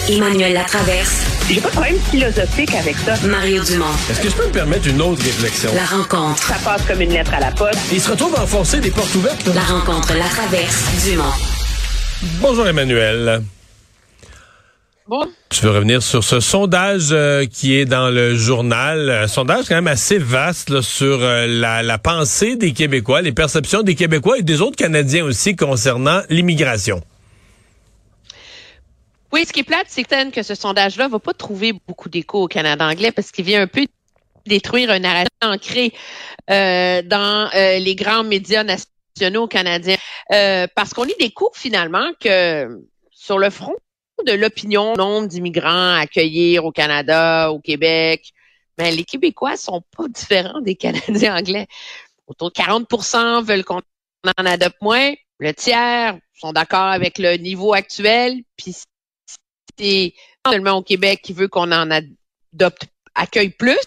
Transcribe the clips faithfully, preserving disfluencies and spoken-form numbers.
Emmanuel Latraverse. J'ai pas de problème philosophique avec ça. Mario Dumont. Est-ce que je peux me permettre une autre réflexion? La rencontre. Ça passe comme une lettre à la poste. Il se retrouve à enfoncer des portes ouvertes. Là. La rencontre Latraverse Dumont. Bonjour Emmanuel. Bon. Je veux revenir sur ce sondage euh, qui est dans le journal. Un sondage quand même assez vaste là, sur euh, la, la pensée des Québécois, les perceptions des Québécois et des autres Canadiens aussi concernant l'immigration. Oui, ce qui est plate, c'est que ce sondage-là va pas trouver beaucoup d'écho au Canada anglais parce qu'il vient un peu détruire un narratif ancré euh, dans euh, les grands médias nationaux canadiens. Euh, parce qu'on y découvre finalement que sur le front de l'opinion, le nombre d'immigrants à accueillir au Canada, au Québec, ben, les Québécois sont pas différents des Canadiens anglais. Autour de quarante pour cent veulent qu'on en adopte moins. Le tiers sont d'accord avec le niveau actuel. Puis c'est seulement au Québec qui veut qu'on en adopte, accueille plus.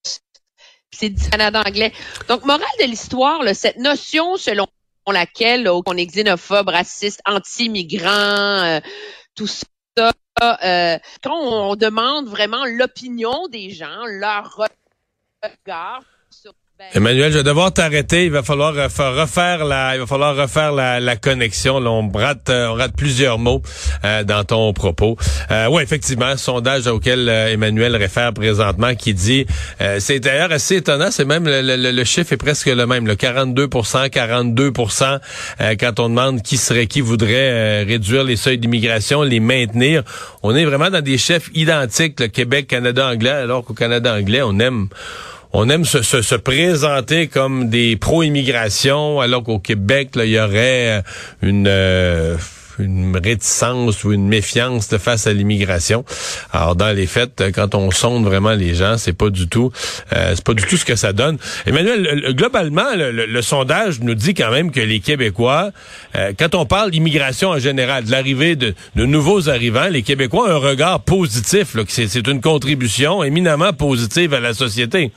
C'est du Canada anglais. Donc, morale de l'histoire, là, cette notion selon laquelle là, on est xénophobe, raciste, anti-migrant, euh, tout ça, euh, quand on demande vraiment l'opinion des gens, leur regard sur... Ben... Emmanuel, je vais devoir t'arrêter. Il va falloir refaire la, il va falloir refaire la, la connexion. Là, on rate, on rate plusieurs mots euh, dans ton propos. Euh, oui, effectivement, sondage auquel euh, Emmanuel réfère présentement, qui dit, euh, c'est d'ailleurs assez étonnant. C'est même le, le, le chiffre est presque le même. Le quarante-deux pour cent, quarante-deux pour cent euh, quand on demande qui serait, qui voudrait euh, réduire les seuils d'immigration, les maintenir. On est vraiment dans des chiffres identiques, le Québec, Canada anglais, alors qu'au Canada anglais, on aime On aime se, se, se présenter comme des pro-immigration, alors qu'au Québec, là, il y aurait une, euh, une réticence ou une méfiance de face à l'immigration. Alors, dans les faits, quand on sonde vraiment les gens, c'est pas du tout, euh, c'est pas du tout ce que ça donne. Emmanuel, globalement, le, le, le sondage nous dit quand même que les Québécois, euh, quand on parle d'immigration en général, de l'arrivée de, de nouveaux arrivants, les Québécois ont un regard positif, là, que c'est, c'est une contribution éminemment positive à la société.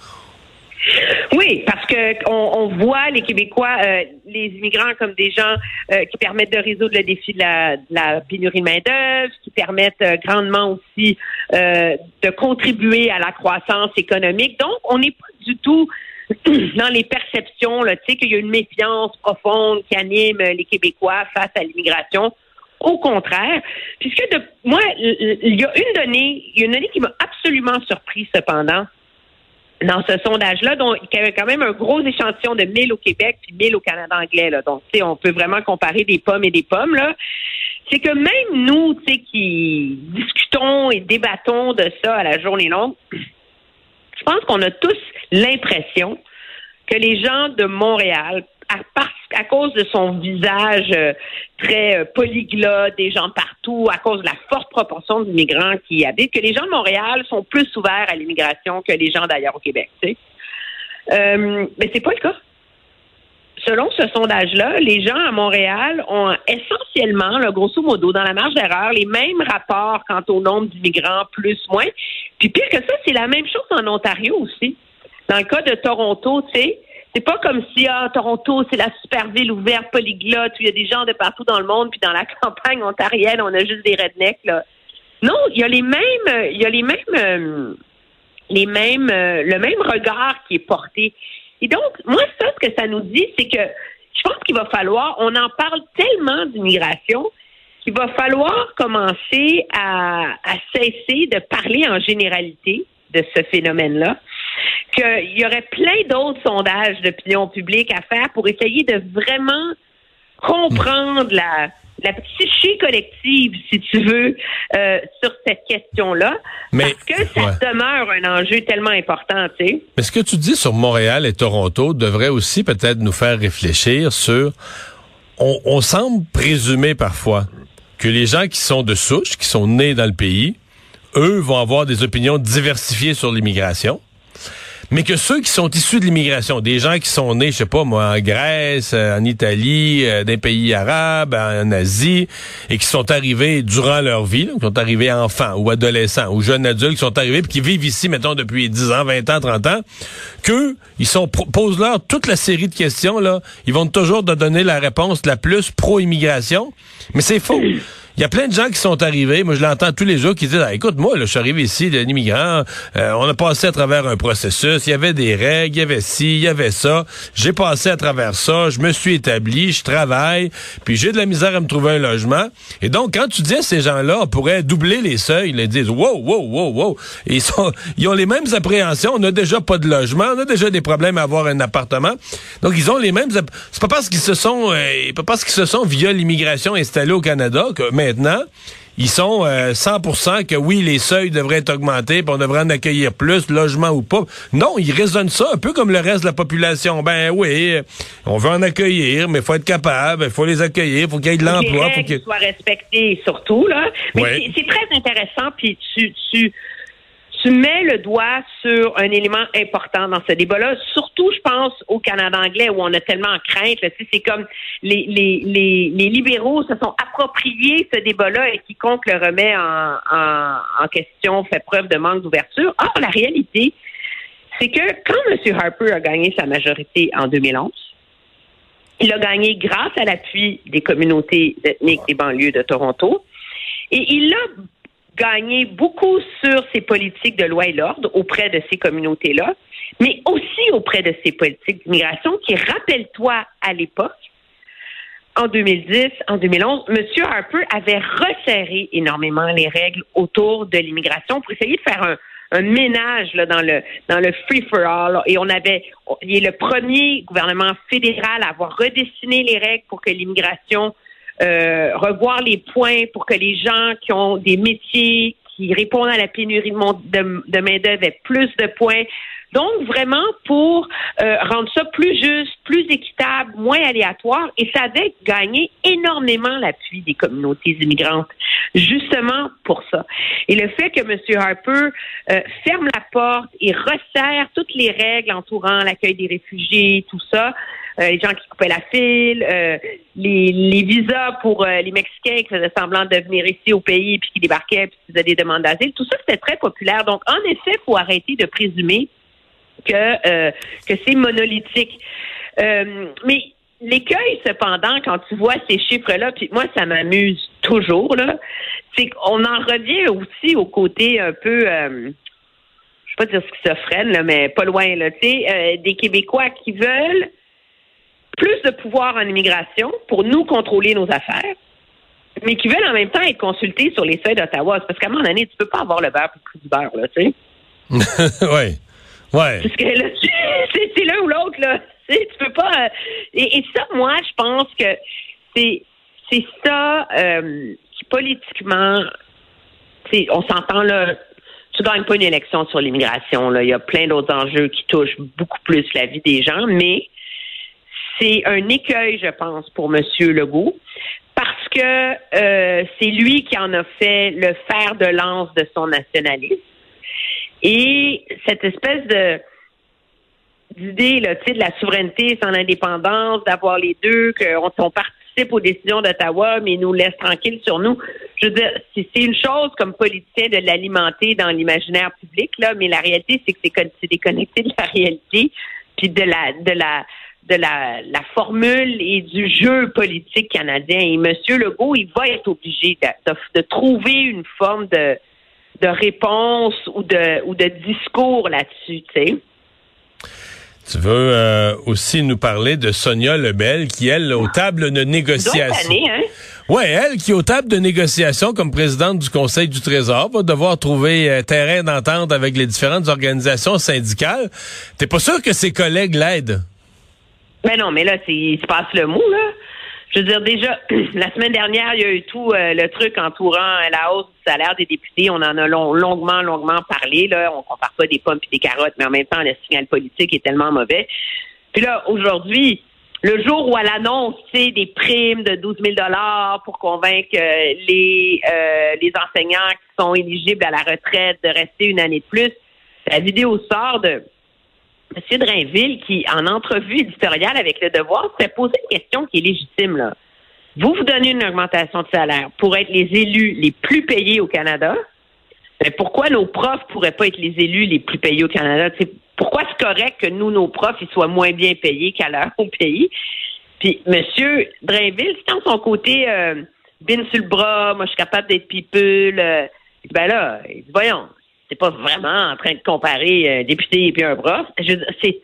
Oui, parce que on, on voit les Québécois, euh, les immigrants comme des gens euh, qui permettent de résoudre le défi de la, de la pénurie de main-d'œuvre, qui permettent euh, grandement aussi euh, de contribuer à la croissance économique. Donc, on n'est pas du tout dans les perceptions, là, tu sais, qu'il y a une méfiance profonde qui anime les Québécois face à l'immigration. Au contraire, puisque de, moi, il y a une donnée, il y a une donnée qui m'a absolument surpris cependant. Dans ce sondage-là, donc, il y avait quand même un gros échantillon de mille au Québec puis mille au Canada anglais, là. Donc, tu sais, on peut vraiment comparer des pommes et des pommes, là. C'est que même nous, tu sais, qui discutons et débattons de ça à la journée longue, je pense qu'on a tous l'impression que les gens de Montréal, à, parce, à cause de son visage euh, très euh, polyglotte, des gens partout, à cause de la forte proportion d'immigrants qui y habitent, que les gens de Montréal sont plus ouverts à l'immigration que les gens d'ailleurs au Québec, tu sais. Euh, mais c'est pas le cas. Selon ce sondage-là, les gens à Montréal ont essentiellement, là, grosso modo, dans la marge d'erreur, les mêmes rapports quant au nombre d'immigrants, plus, moins. Puis pire que ça, c'est la même chose en Ontario aussi. Dans le cas de Toronto, tu sais, c'est pas comme si, ah, Toronto, c'est la super ville ouverte, polyglotte, où il y a des gens de partout dans le monde, puis dans la campagne ontarienne, on a juste des rednecks, là. Non, il y a les mêmes, il y a les mêmes, euh, les mêmes, euh, le même regard qui est porté. Et donc, moi, ça, ce que ça nous dit, c'est que je pense qu'il va falloir, on en parle tellement d'immigration, qu'il va falloir commencer à, à cesser de parler en généralité de ce phénomène-là, qu'il y aurait plein d'autres sondages d'opinion publique à faire pour essayer de vraiment comprendre la, la psyché collective, si tu veux, euh, sur cette question-là, mais, parce que ça ouais. demeure un enjeu tellement important, tu sais. Mais ce que tu dis sur Montréal et Toronto devrait aussi peut-être nous faire réfléchir sur... On, on semble présumer parfois que les gens qui sont de souche, qui sont nés dans le pays, eux vont avoir des opinions diversifiées sur l'immigration. Mais que ceux qui sont issus de l'immigration, des gens qui sont nés, je sais pas moi, en Grèce, en Italie, euh, des pays arabes, en Asie, et qui sont arrivés durant leur vie, là, qui sont arrivés enfants ou adolescents ou jeunes adultes, qui sont arrivés puis qui vivent ici, mettons, depuis dix ans, vingt ans, trente ans, qu'eux, ils sont posent-leur toute la série de questions, là, ils vont toujours te donner la réponse la plus pro-immigration, mais c'est faux. il y a plein de gens qui sont arrivés, moi je l'entends tous les jours, qui disent, ah, écoute, moi, là, je suis arrivé ici, d'un immigrant, euh, on a passé à travers un processus, il y avait des règles, il y avait ci, il y avait ça, j'ai passé à travers ça, je me suis établi, je travaille, puis j'ai de la misère à me trouver un logement. Et donc, quand tu dis à ces gens-là, on pourrait doubler les seuils, ils disent, wow, wow, wow, wow, et ils sont, ils ont les mêmes appréhensions, on n'a déjà pas de logement, on a déjà des problèmes à avoir un appartement. Donc, ils ont les mêmes, c'est pas parce qu'ils se sont, euh, pas parce qu'ils se sont, via l'immigration, installés au Canada, que maintenant, ils sont euh, cent pour cent que oui, les seuils devraient être augmentés, puis on devrait en accueillir plus, logement ou pas. Non, ils raisonnent ça un peu comme le reste de la population. Ben oui, on veut en accueillir, mais il faut être capable, il faut les accueillir, il faut qu'il y ait de l'emploi. Les règles faut qu'il soient respectées surtout, là. Mais oui. c'est, c'est très intéressant, puis tu... tu Tu mets le doigt sur un élément important dans ce débat-là, surtout, je pense, au Canada anglais, où on a tellement en crainte. Là, tu sais, c'est comme les, les, les, les libéraux se sont appropriés ce débat-là et quiconque le remet en, en, en question fait preuve de manque d'ouverture. Or, la réalité, c'est que quand M. Harper a gagné sa majorité en deux mille onze, il a gagné grâce à l'appui des communautés ethniques des banlieues de Toronto, et il a gagné beaucoup sur ses politiques de loi et l'ordre auprès de ces communautés-là, mais aussi auprès de ses politiques d'immigration qui, rappelle-toi, à l'époque, en deux mille dix, en deux mille onze, M. Harper avait resserré énormément les règles autour de l'immigration pour essayer de faire un, un ménage là, dans le dans le free-for-all. Et on avait, il est le premier gouvernement fédéral à avoir redessiné les règles pour que l'immigration Euh, revoir les points pour que les gens qui ont des métiers qui répondent à la pénurie de, mon, de, de main-d'œuvre aient plus de points. Donc, vraiment, pour euh, rendre ça plus juste, plus équitable, moins aléatoire, et ça avait gagné énormément l'appui des communautés immigrantes, justement pour ça. Et le fait que M. Harper euh, ferme la porte et resserre toutes les règles entourant l'accueil des réfugiés, tout ça, Euh, les gens qui coupaient la file, euh, les, les visas pour euh, les Mexicains qui faisaient semblant de venir ici au pays puis qui débarquaient puis qui faisaient des demandes d'asile. Tout ça, c'était très populaire. Donc, en effet, il faut arrêter de présumer que euh, que c'est monolithique. Euh, mais l'écueil, cependant, quand tu vois ces chiffres-là, puis moi, ça m'amuse toujours, là, c'est qu'on en revient aussi au côté un peu... Euh, je ne vais pas dire schizophrène, là, mais pas loin, là, tu sais, euh, des Québécois qui veulent plus de pouvoir en immigration pour nous contrôler nos affaires, mais qui veulent en même temps être consultés sur les seuils d'Ottawa. C'est parce qu'à un moment donné, tu peux pas avoir le beurre pour le prix du beurre, là, tu sais. Oui, oui. Parce que là, c'est, c'est l'un ou l'autre, là. Tu sais, tu peux pas... Euh, et, et ça, moi, je pense que c'est, c'est ça euh, qui, politiquement... Tu sais, on s'entend, là... Tu gagnes pas une élection sur l'immigration, là. Il y a plein d'autres enjeux qui touchent beaucoup plus la vie des gens, mais... c'est un écueil, je pense, pour M. Legault, parce que euh, c'est lui qui en a fait le fer de lance de son nationalisme. Et cette espèce de d'idée, là, tu sais, de la souveraineté sans l'indépendance, d'avoir les deux, qu'on on participe aux décisions d'Ottawa, mais ils nous laisse tranquilles sur nous. Je veux dire, c'est, c'est une chose comme politicien de l'alimenter dans l'imaginaire public, là, mais la réalité, c'est que c'est, c'est déconnecté de la réalité, puis de la de la de la, la formule et du jeu politique canadien. Et M. Legault, il va être obligé de, de, de trouver une forme de, de réponse ou de, ou de discours là-dessus, tu sais. Tu veux euh, aussi nous parler de Sonia Lebel, qui, elle, aux tables de négociation... Année, hein? Oui, elle, qui, aux tables de négociation, comme présidente du Conseil du Trésor, va devoir trouver euh, terrain d'entente avec les différentes organisations syndicales. T'es pas sûr que ses collègues l'aident? Ben non, mais là, c'est, il se passe le mot, là. Je veux dire, déjà, la semaine dernière, il y a eu tout euh, le truc entourant la hausse du salaire des députés. On en a long, longuement, longuement parlé, là. On compare pas des pommes et des carottes, mais en même temps, le signal politique est tellement mauvais. Puis là, aujourd'hui, le jour où elle annonce, tu sais, des primes de douze mille dollars pour convaincre euh, les, euh, les enseignants qui sont éligibles à la retraite de rester une année de plus, la vidéo sort de M. Drainville, qui, en entrevue éditoriale avec Le Devoir, s'est posé une question qui est légitime, là. Vous vous donnez une augmentation de salaire pour être les élus les plus payés au Canada. Mais pourquoi nos profs pourraient pas être les élus les plus payés au Canada? T'sais, pourquoi c'est correct que nous, nos profs, ils soient moins bien payés qu'à leur au pays? Puis, M. Drainville, c'est dans son côté euh, bine sur le bras, moi, je suis capable d'être people. Euh, ben là, il dit, voyons, c'est pas vraiment en train de comparer un député et puis un prof. Je veux dire, c'est,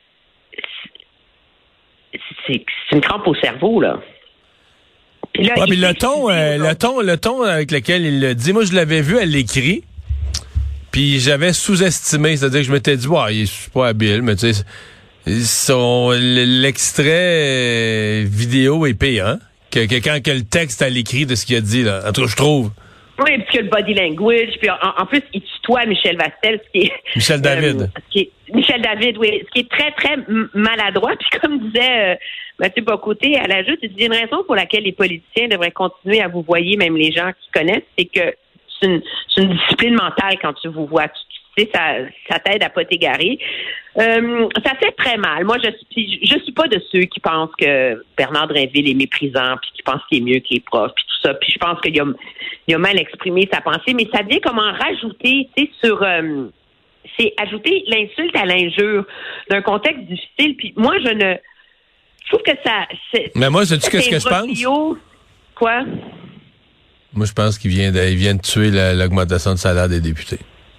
c'est, c'est une crampe au cerveau, là. Puis là, ouais, mais il le ton, euh, le ton, le ton avec lequel il le dit, moi, je l'avais vu à l'écrit, puis j'avais sous-estimé, c'est-à-dire que je m'étais dit, ouais, il est pas habile, mais tu sais, son, l'extrait vidéo est pire, hein, que, que quand que le texte à l'écrit de ce qu'il a dit, là. En tout cas, je trouve. Oui, puis que le body language, puis en, en plus, il tutoie Michel Vastel, ce qui est... Michel David. Euh, ce qui est, Michel David, oui, ce qui est très, très maladroit. Puis comme disait euh, Mathieu Bocoté à la Joute, il dit une raison pour laquelle les politiciens devraient continuer à vous voyer, même les gens qui connaissent, c'est que c'est une, c'est une discipline mentale quand tu vous vois. Tu, tu sais, ça, ça t'aide à pas t'égarer. Euh, ça fait très mal. Moi, je suis, je suis pas de ceux qui pensent que Bernard Drinville est méprisant, puis qui pensent qu'il est mieux que les profs, puis tout ça. Puis je pense qu'il a, il a mal exprimé sa pensée, mais ça vient comme en rajouter, tu sais, sur, euh, c'est ajouter l'insulte à l'injure d'un contexte difficile. Puis moi, je ne, je trouve que ça, c'est. Mais moi, sais-tu qu'est-ce que je pense? Quoi? Moi, je pense qu'il vient de, il vient de tuer la, l'augmentation de salaire des députés.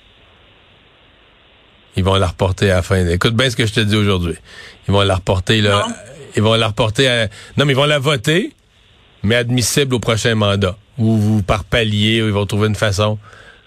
Ils vont la reporter à la fin. Écoute bien ce que je te dis aujourd'hui. Ils vont la reporter, là. Non. Ils vont la reporter à, non, mais ils vont la voter, mais admissible au prochain mandat. Ou, ou par palier, ou ils vont trouver une façon.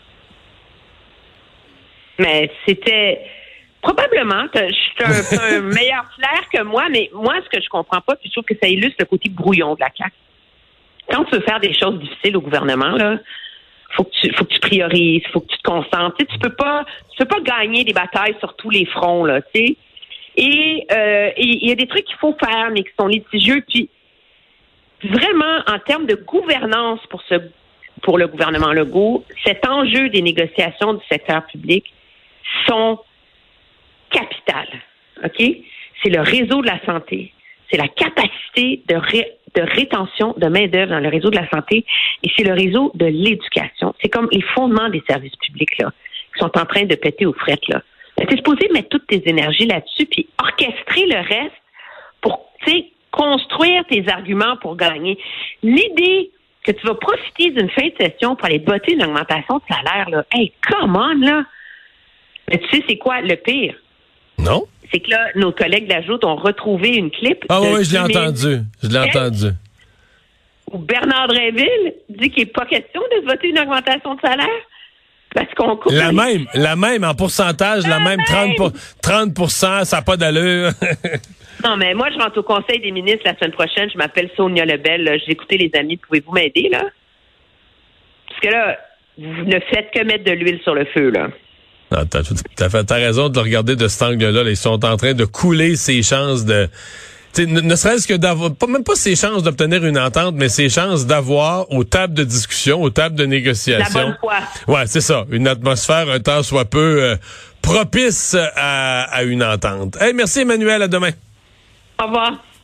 Mais c'était, probablement, je suis un, un meilleur flair que moi, mais moi, ce que je comprends pas, puis je trouve que ça illustre le côté brouillon de la C A Q. Quand tu veux faire des choses difficiles au gouvernement, là, faut que tu, faut que tu priorises, faut que tu te concentres. Tu sais, tu peux pas, tu peux pas gagner des batailles sur tous les fronts, là, tu sais. Et euh, il y a des trucs qu'il faut faire, mais qui sont litigieux. Puis vraiment, en termes de gouvernance pour ce, pour le gouvernement Legault, cet enjeu des négociations du secteur public sont capitales. Ok, c'est le réseau de la santé, c'est la capacité de ré, de rétention de main-d'œuvre dans le réseau de la santé, et c'est le réseau de l'éducation. C'est comme les fondements des services publics là, qui sont en train de péter aux frettes là. Tu es supposé mettre toutes tes énergies là-dessus, puis orchestrer le reste pour, tu sais, construire tes arguments pour gagner. L'idée que tu vas profiter d'une fin de session pour aller botter une augmentation de salaire, là, hey, come on, là! Mais tu sais, c'est quoi le pire? Non. C'est que là, nos collègues de la Joute ont retrouvé une clip. Ah oui, je l'ai entendu. Je l'ai entendu. Où Bernard Drinville dit qu'il n'est pas question de se voter une augmentation de salaire. Parce qu'on coupe. La même, la même, en pourcentage, la, la même, même. trente pour cent, ça n'a pas d'allure. Non, mais moi, je rentre au Conseil des ministres la semaine prochaine. Je m'appelle Sonia Lebel. J'ai écouté les amis. Pouvez-vous m'aider, là? Parce que là, vous ne faites que mettre de l'huile sur le feu, là. Non, t'as, t'as, fait, t'as raison de le regarder de cet angle-là. Là. Ils sont en train de couler ses chances de... Ne, ne serait-ce que d'avoir... Pas, même pas ses chances d'obtenir une entente, mais ses chances d'avoir aux tables de discussion, aux tables de négociation... La bonne foi. Ouais, c'est ça. Une atmosphère un temps soit peu euh, propice à, à une entente. Hey, merci Emmanuel, à demain. Au revoir.